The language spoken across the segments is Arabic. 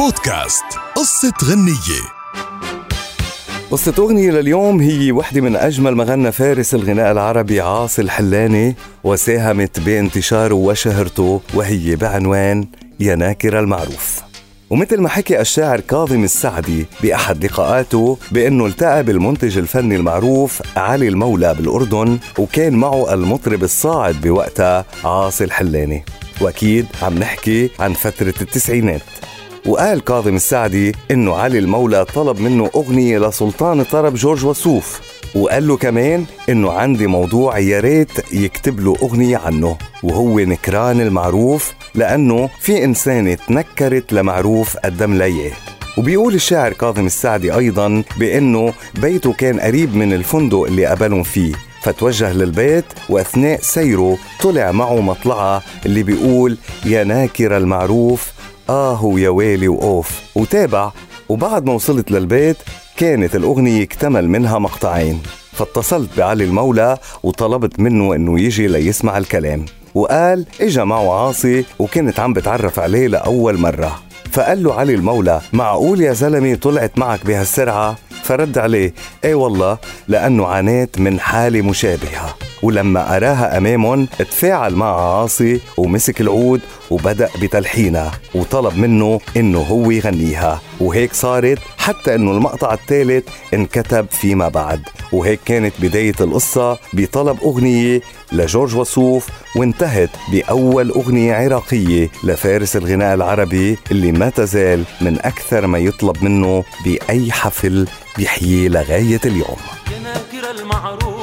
بودكاست قصة غنية. قصة أغنية لليوم هي واحدة من أجمل ما غنى فارس الغناء العربي عاصي الحلاني، وساهمت بانتشاره وشهرته، وهي بعنوان يا ناكر المعروف. ومثل ما حكي الشاعر كاظم السعدي بأحد لقاءاته بأنه التقى بالمنتج الفني المعروف علي المولى بالأردن، وكان معه المطرب الصاعد بوقتها عاصي الحلاني، وأكيد عم نحكي عن فترة التسعينات. وقال كاظم السعدي إنه علي المولى طلب منه أغنية لسلطان الطرب جورج وسوف، وقال له كمان إنه عندي موضوع ياريت يكتب له أغنية عنه، وهو نكران المعروف، لأنه في إنسانة تنكرت لمعروف قدم ليه. وبيقول الشاعر كاظم السعدي أيضاً بأنه بيته كان قريب من الفندق اللي قابلهم فيه، فتوجه للبيت، وأثناء سيره طلع معه مطلعة اللي بيقول يا ناكر المعروف يا ويلي وأوف، وتابع. وبعد ما وصلت للبيت كانت الأغنية اكتمل منها مقطعين، فاتصلت بعلي المولى وطلبت منه انه يجي ليسمع الكلام، وقال اجا معه عاصي وكنت عم بتعرف عليه لأول مرة. فقال له علي المولى معقول يا زلمي طلعت معك بهالسرعة؟ فرد عليه ايه والله، لأنه عانيت من حالة مشابهة. ولما أراها أمامهم اتفاعل مع عاصي ومسك العود وبدأ بتلحينها، وطلب منه إنه هو يغنيها، وهيك صارت، حتى إنه المقطع الثالث انكتب فيما بعد. وهيك كانت بداية القصة بطلب أغنية لجورج وسوف، وانتهت بأول أغنية عراقية لفارس الغناء العربي اللي ما تزال من أكثر ما يطلب منه بأي حفل بيحيي لغاية اليوم. يا ناكر المعروف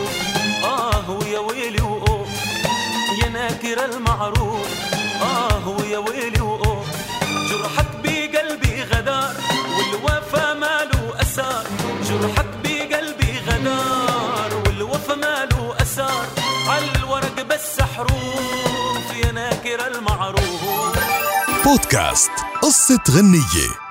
ويا ويلي وأوف، يا ناكر المعروف ويا ويلي وأوف، جرحك بقلبي غدار والوفا ماله أسار، جرحك بقلبي غدار والوفا ماله أسار، عالورق بس حروف يا ناكر المعروف. بودكاست قصة غنية.